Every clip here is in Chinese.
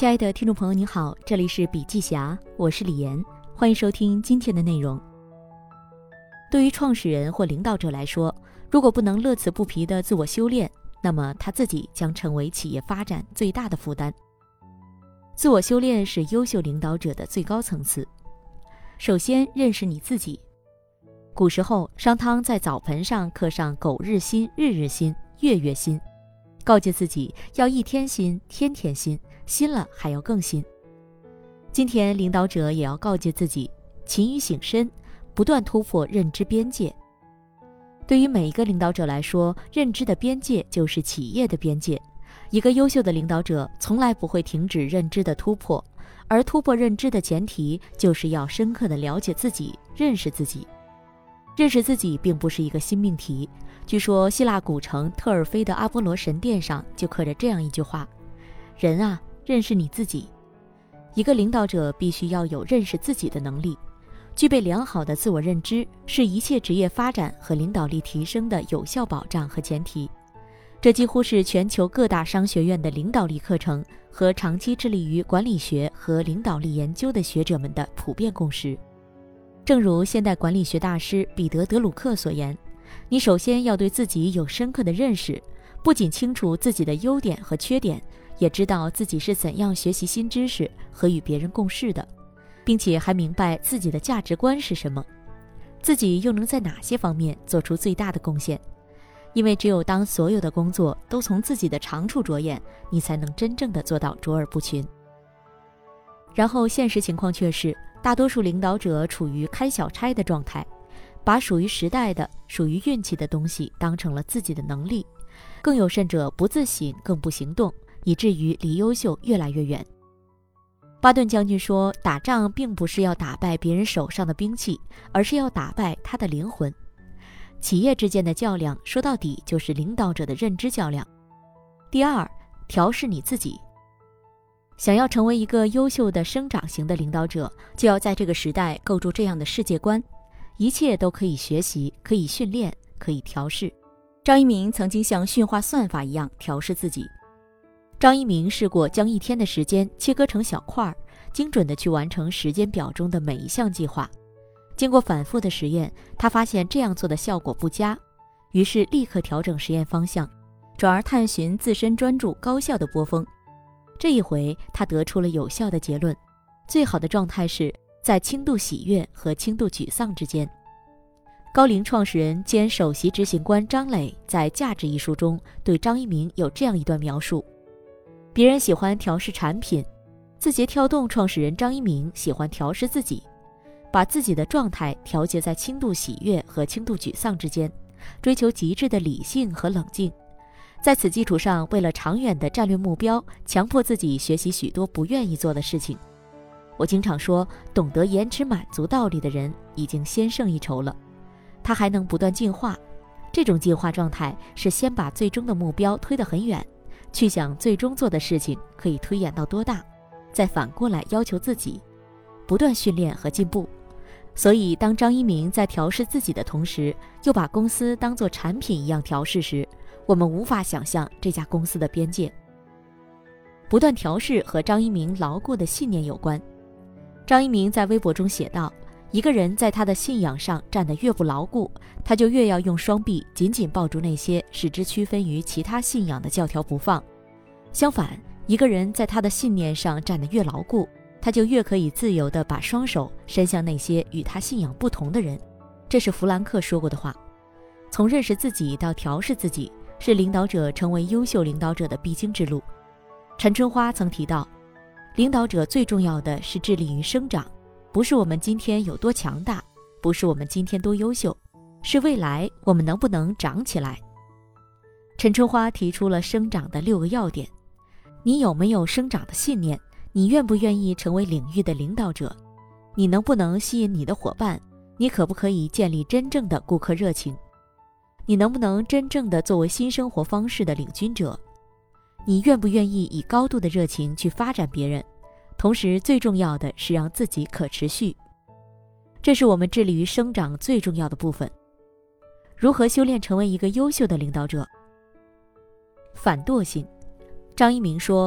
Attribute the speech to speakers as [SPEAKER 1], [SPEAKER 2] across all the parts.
[SPEAKER 1] 亲爱的听众朋友你好，这里是笔记侠，我是李岩，欢迎收听今天的内容。对于创始人或领导者来说，如果不能乐此不疲的自我修炼，那么他自己将成为企业发展最大的负担。自我修炼是优秀领导者的最高层次。首先认识你自己。古时候商汤在澡盆上刻上苟日新、日日新、月月新，告诫自己要一天新、天天新，新了还要更新。今天领导者也要告诫自己勤于醒身，不断突破认知边界。对于每一个领导者来说，认知的边界就是企业的边界。一个优秀的领导者从来不会停止认知的突破，而突破认知的前提就是要深刻地了解自己，认识自己。认识自己并不是一个新命题，据说希腊古城特尔菲的阿波罗神殿上就刻着这样一句话：人啊，认识你自己。一个领导者必须要有认识自己的能力，具备良好的自我认知，是一切职业发展和领导力提升的有效保障和前提。这几乎是全球各大商学院的领导力课程和长期致力于管理学和领导力研究的学者们的普遍共识。正如现代管理学大师彼得·德鲁克所言，你首先要对自己有深刻的认识，不仅清楚自己的优点和缺点，也知道自己是怎样学习新知识和与别人共事的，并且还明白自己的价值观是什么，自己又能在哪些方面做出最大的贡献。因为只有当所有的工作都从自己的长处着眼，你才能真正的做到卓尔不群。然后现实情况却是，大多数领导者处于开小差的状态，把属于时代的、属于运气的东西当成了自己的能力，更有甚者不自省更不行动，以至于离优秀越来越远。巴顿将军说，打仗并不是要打败别人手上的兵器，而是要打败他的灵魂。企业之间的较量，说到底就是领导者的认知较量。第二，调试你自己。想要成为一个优秀的生长型的领导者，就要在这个时代构筑这样的世界观，一切都可以学习，可以训练，可以调试。张一鸣曾经像驯化算法一样调试自己。张一鸣试过将一天的时间切割成小块，精准地去完成时间表中的每一项计划。经过反复的实验，他发现这样做的效果不佳，于是立刻调整实验方向，转而探寻自身专注高效的波峰。这一回他得出了有效的结论，最好的状态是在轻度喜悦和轻度沮丧之间。高瓴创始人兼首席执行官张磊在《价值》一书中对张一鸣有这样一段描述：别人喜欢调试产品，字节跳动创始人张一鸣喜欢调试自己，把自己的状态调节在轻度喜悦和轻度沮丧之间，追求极致的理性和冷静。在此基础上，为了长远的战略目标，强迫自己学习许多不愿意做的事情。我经常说，懂得延迟满足道理的人已经先胜一筹了。他还能不断进化，这种进化状态是先把最终的目标推得很远，去想最终做的事情可以推演到多大，再反过来要求自己，不断训练和进步。所以当张一鸣在调试自己的同时，又把公司当作产品一样调试时，我们无法想象这家公司的边界。不断调试和张一鸣牢固的信念有关。张一鸣在微博中写道，一个人在他的信仰上站得越不牢固，他就越要用双臂紧紧抱住那些使之区分于其他信仰的教条不放。相反，一个人在他的信念上站得越牢固，他就越可以自由地把双手伸向那些与他信仰不同的人。这是弗兰克说过的话。从认识自己到调试自己，是领导者成为优秀领导者的必经之路。陈春花曾提到，领导者最重要的是致力于生长，不是我们今天有多强大，不是我们今天多优秀，是未来我们能不能长起来。陈春花提出了生长的6个要点。你有没有生长的信念？你愿不愿意成为领域的领导者？你能不能吸引你的伙伴？你可不可以建立真正的顾客热情？你能不能真正的作为新生活方式的领军者？你愿不愿意以高度的热情去发展别人？同时最重要的是让自己可持续。这是我们致力于生长最重要的部分。如何修炼成为一个优秀的领导者？反惰性。张一鸣说，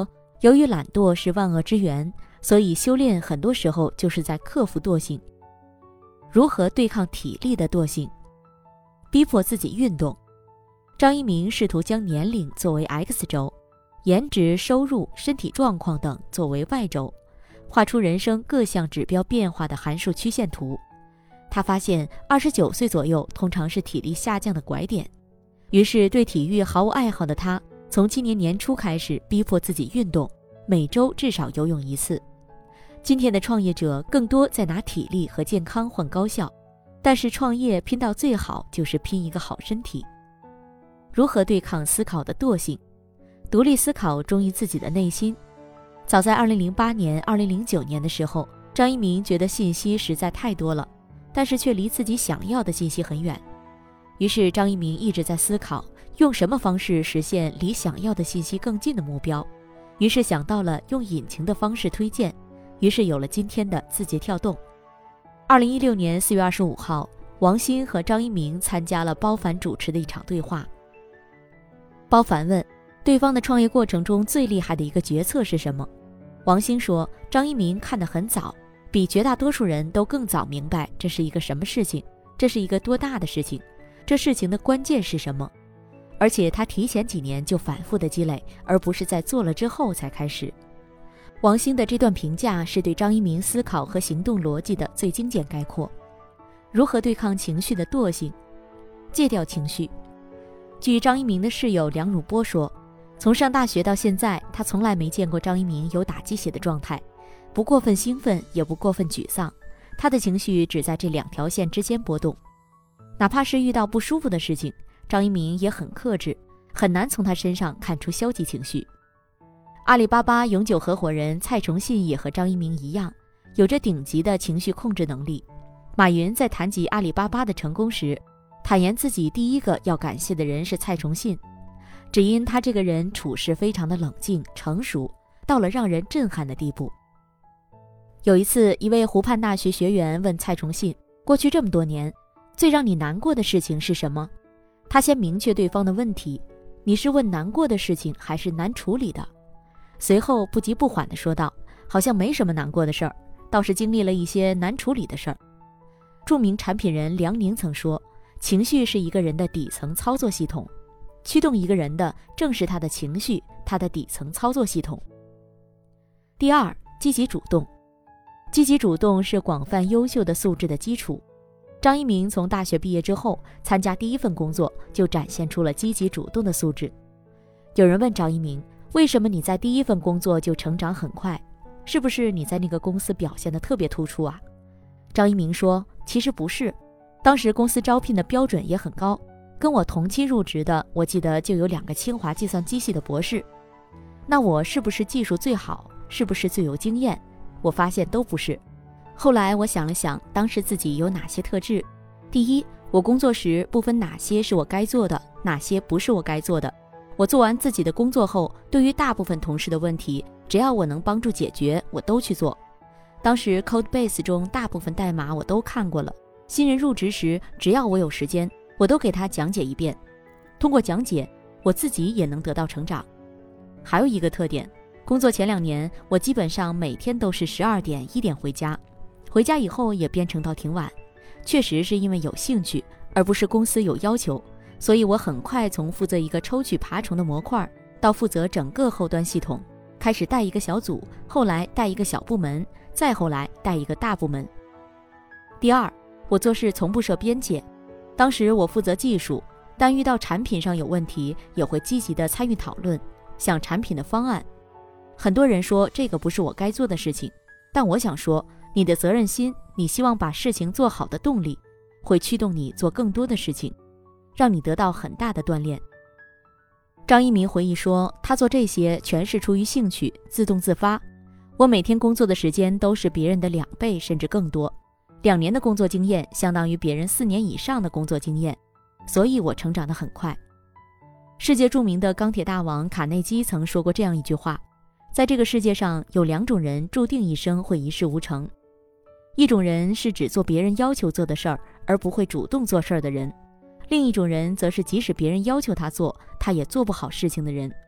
[SPEAKER 1] 由于懒惰是万恶之源，所以修炼很多时候就是在克服惰性。如何对抗体力的惰性？逼迫自己运动。张一鸣试图将年龄作为 X 轴，颜值、收入、身体状况等作为 Y 轴，画出人生各项指标变化的函数曲线图。他发现29岁左右通常是体力下降的拐点，于是对体育毫无爱好的他，从今年年初开始逼迫自己运动，每周至少游泳1次。今天的创业者更多在拿体力和健康换高效，但是创业拼到最好就是拼一个好身体。如何对抗思考的惰性？独立思考，忠于自己的内心。早在2008年、2009年的时候，张一鸣觉得信息实在太多了，但是却离自己想要的信息很远。于是张一鸣一直在思考，用什么方式实现离想要的信息更近的目标。于是想到了用引擎的方式推荐，于是有了今天的字节跳动。2016年4月25号，王兴和张一鸣参加了包凡主持的一场对话。包凡问对方的创业过程中最厉害的一个决策是什么？王兴说，张一鸣看得很早，比绝大多数人都更早明白这是一个什么事情，这是一个多大的事情，这事情的关键是什么，而且他提前几年就反复的积累，而不是在做了之后才开始。王兴的这段评价是对张一鸣思考和行动逻辑的最精简概括。如何对抗情绪的惰性？戒掉情绪。据张一鸣的室友梁汝波说，从上大学到现在，他从来没见过张一鸣有打鸡血的状态，不过分兴奋，也不过分沮丧，他的情绪只在这2条线之间波动。哪怕是遇到不舒服的事情，张一鸣也很克制，很难从他身上看出消极情绪。阿里巴巴永久合伙人蔡崇信也和张一鸣一样，有着顶级的情绪控制能力。马云在谈及阿里巴巴的成功时，坦言自己第一个要感谢的人是蔡崇信，只因他这个人处事非常的冷静成熟，到了让人震撼的地步。有一次，一位湖畔大学学员问蔡崇信，过去这么多年，最让你难过的事情是什么？他先明确对方的问题，你是问难过的事情还是难处理的？随后不急不缓地说道，好像没什么难过的事儿，倒是经历了一些难处理的事儿。著名产品人梁宁曾说，情绪是一个人的底层操作系统，驱动一个人的正是他的情绪，他的底层操作系统。第二，积极主动。积极主动是广泛优秀的素质的基础。张一鸣从大学毕业之后，参加第一份工作就展现出了积极主动的素质。有人问张一鸣，为什么你在第一份工作就成长很快？是不是你在那个公司表现得特别突出啊？张一鸣说，其实不是，当时公司招聘的标准也很高，跟我同期入职的，我记得就有2个清华计算机系的博士。那我是不是技术最好？是不是最有经验？我发现都不是。后来我想了想，当时自己有哪些特质。第一，我工作时不分哪些是我该做的，哪些不是我该做的。我做完自己的工作后，对于大部分同事的问题，只要我能帮助解决，我都去做。当时 Codebase 中大部分代码我都看过了，新人入职时，只要我有时间，我都给他讲解一遍。通过讲解，我自己也能得到成长。还有一个特点，工作前2年，我基本上每天都是12点、1点回家，回家以后也编程到挺晚。确实是因为有兴趣，而不是公司有要求，所以我很快从负责一个抽取爬虫的模块，到负责整个后端系统，开始带一个小组，后来带一个小部门，再后来带一个大部门。第二，我做事从不设边界。当时我负责技术，但遇到产品上有问题，也会积极的参与讨论，想产品的方案。很多人说这个不是我该做的事情，但我想说，你的责任心，你希望把事情做好的动力，会驱动你做更多的事情，让你得到很大的锻炼。张一鸣回忆说，他做这些全是出于兴趣，自动自发。我每天工作的时间都是别人的2倍甚至更多，2年的工作经验相当于别人4年以上的工作经验，所以我成长得很快。世界著名的钢铁大王卡内基曾说过这样一句话，在这个世界上有2种人注定一生会一事无成，一种人是只做别人要求做的事儿，而不会主动做事儿的人，另一种人则是即使别人要求他做，他也做不好事情的人。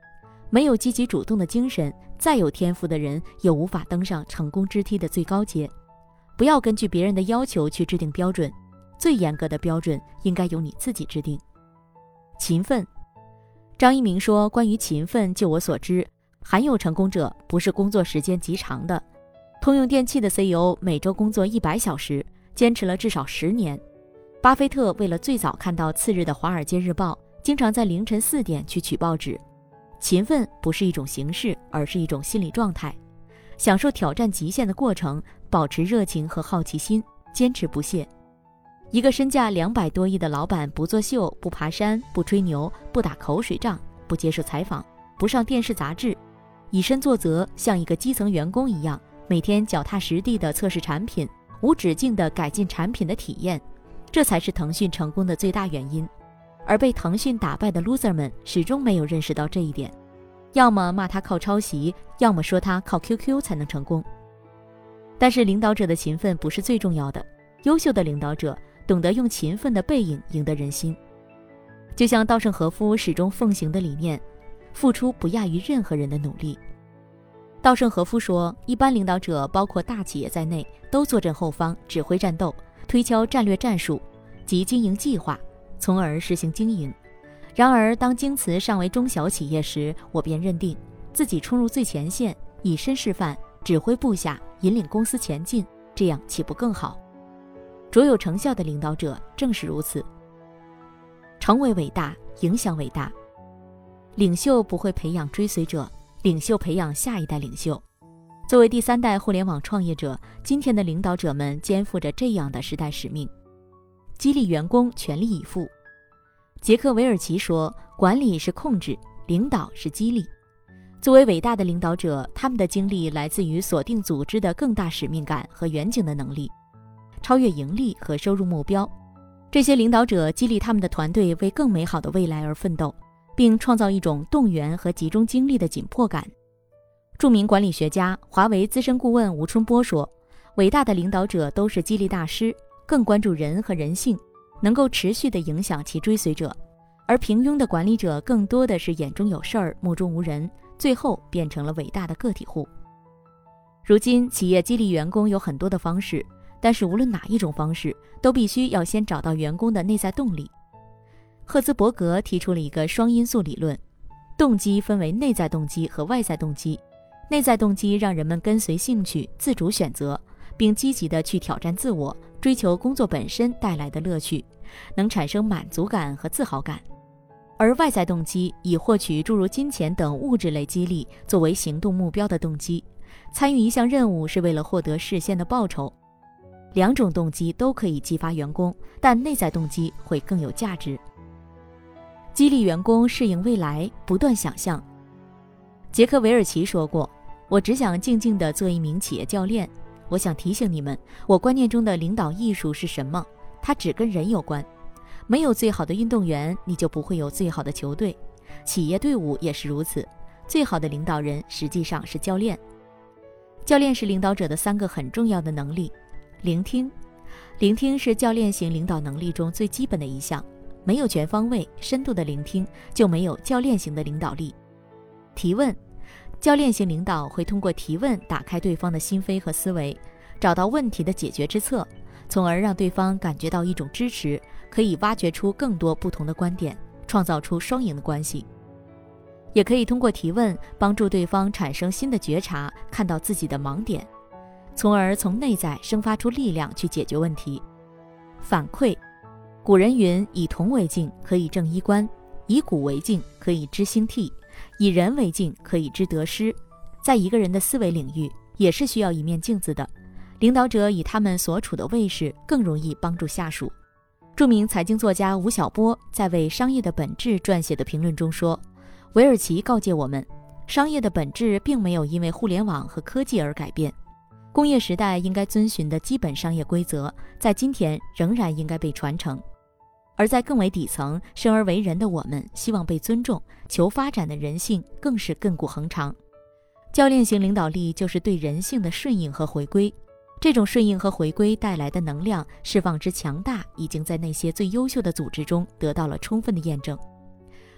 [SPEAKER 1] 没有积极主动的精神，再有天赋的人也无法登上成功之梯的最高阶。不要根据别人的要求去制定标准，最严格的标准应该由你自己制定。勤奋。张一鸣说，关于勤奋，就我所知，罕有成功者不是工作时间极长的。通用电气的 CEO 每周工作100小时，坚持了至少10年。巴菲特为了最早看到次日的《华尔街日报》，经常在凌晨4点去取报纸。勤奋不是一种形式，而是一种心理状态。享受挑战极限的过程，保持热情和好奇心，坚持不懈。一个身价200多亿的老板不作秀，不爬山，不吹牛，不打口水仗，不接受采访，不上电视杂志，以身作则，像一个基层员工一样，每天脚踏实地地测试产品，无止境地改进产品的体验，这才是腾讯成功的最大原因。而被腾讯打败的 loser 们始终没有认识到这一点，要么骂他靠抄袭，要么说他靠 QQ 才能成功。但是领导者的勤奋不是最重要的，优秀的领导者懂得用勤奋的背影赢得人心。就像稻盛和夫始终奉行的理念，付出不亚于任何人的努力。稻盛和夫说，一般领导者包括大企业在内，都坐镇后方，指挥战斗，推敲战略战术及经营计划，从而实行经营。然而当京瓷尚为中小企业时，我便认定自己冲入最前线，以身示范，指挥部下，引领公司前进，这样岂不更好？卓有成效的领导者正是如此。成为伟大，影响伟大。领袖不会培养追随者，领袖培养下一代领袖。作为第3代互联网创业者，今天的领导者们肩负着这样的时代使命：激励员工全力以赴。杰克韦尔奇说，管理是控制，领导是激励。作为伟大的领导者，他们的经历来自于锁定组织的更大使命感和远景的能力，超越盈利和收入目标。这些领导者激励他们的团队为更美好的未来而奋斗，并创造一种动员和集中精力的紧迫感。著名管理学家、华为资深顾问吴春波说，伟大的领导者都是激励大师，更关注人和人性，能够持续地影响其追随者。而平庸的管理者更多的是眼中有事儿，目中无人，最后变成了伟大的个体户。如今企业激励员工有很多的方式，但是无论哪一种方式，都必须要先找到员工的内在动力。赫兹伯格提出了一个双因素理论，动机分为内在动机和外在动机。内在动机让人们跟随兴趣，自主选择，并积极地去挑战自我，追求工作本身带来的乐趣，能产生满足感和自豪感。而外在动机以获取诸如金钱等物质类激励作为行动目标的动机，参与一项任务是为了获得事先的报酬。两种动机都可以激发员工，但内在动机会更有价值。激励员工适应未来，不断想象。杰克韦尔奇说过，我只想静静地做一名企业教练。我想提醒你们，我观念中的领导艺术是什么？它只跟人有关。没有最好的运动员，你就不会有最好的球队。企业队伍也是如此，最好的领导人实际上是教练。教练是领导者的3个很重要的能力。聆听，聆听是教练型领导能力中最基本的一项，没有全方位、深度的聆听，就没有教练型的领导力。提问，教练型领导会通过提问打开对方的心扉和思维，找到问题的解决之策，从而让对方感觉到一种支持，可以挖掘出更多不同的观点，创造出双赢的关系。也可以通过提问帮助对方产生新的觉察，看到自己的盲点，从而从内在生发出力量去解决问题。反馈，古人云，以铜为镜，可以正衣冠；以古为镜，可以知兴替；以人为镜，可以知得失。在一个人的思维领域，也是需要一面镜子的。领导者以他们所处的位势，更容易帮助下属。著名财经作家吴晓波在为《商业的本质》撰写的评论中说，韦尔奇告诫我们，商业的本质并没有因为互联网和科技而改变。工业时代应该遵循的基本商业规则，在今天仍然应该被传承。而在更为底层，生而为人的我们，希望被尊重，求发展的人性更是亘古恒长。教练型领导力就是对人性的顺应和回归。这种顺应和回归带来的能量释放之强大，已经在那些最优秀的组织中得到了充分的验证。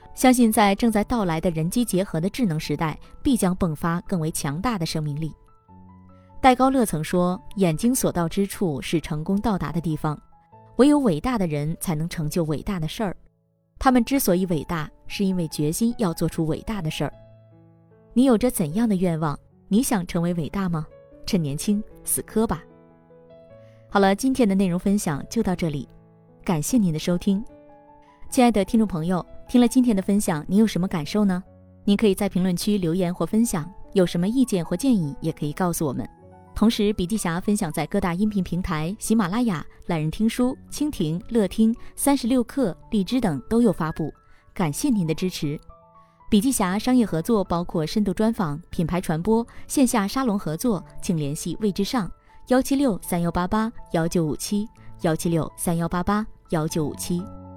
[SPEAKER 1] 相信在正在到来的人机结合的智能时代，必将迸发更为强大的生命力。戴高乐曾说，眼睛所到之处是成功到达的地方，唯有伟大的人才能成就伟大的事儿。他们之所以伟大，是因为决心要做出伟大的事儿。你有着怎样的愿望？你想成为伟大吗？趁年轻，死磕吧。好了，今天的内容分享就到这里，感谢您的收听。亲爱的听众朋友，听了今天的分享，您有什么感受呢？您可以在评论区留言或分享，有什么意见或建议也可以告诉我们。同时，笔记侠分享在各大音频平台、喜马拉雅、懒人听书、蜻蜓、乐听、36课、荔枝等都有发布，感谢您的支持。笔记侠商业合作包括深度专访、品牌传播、线下沙龙合作，请联系魏之上17631881957，17631881957。